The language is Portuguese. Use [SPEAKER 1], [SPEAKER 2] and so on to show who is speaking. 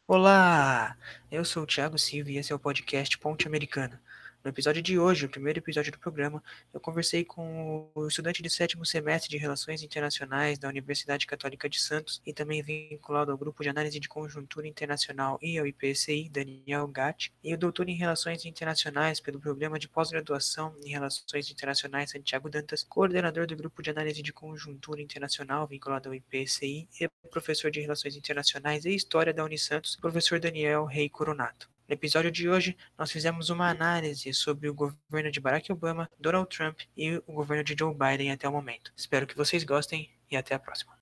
[SPEAKER 1] Olá, eu sou o Thiago Silva e esse é o podcast Ponte Americana. No episódio de hoje, o primeiro episódio do programa, eu conversei com o estudante de sétimo semestre de Relações Internacionais da Universidade Católica de Santos e também vinculado ao Grupo de Análise de Conjuntura Internacional e ao IPCI, Daniel Gatti, e o doutor em Relações Internacionais pelo Programa de Pós-Graduação em Relações Internacionais, Santiago Dantas, coordenador do Grupo de Análise de Conjuntura Internacional vinculado ao IPCI e professor de Relações Internacionais e História da Unisantos, professor Daniel Rei Coronato. No episódio de hoje, nós fizemos uma análise sobre o governo de Barack Obama, Donald Trump e o governo de Joe Biden até o momento. Espero que vocês gostem e até a próxima.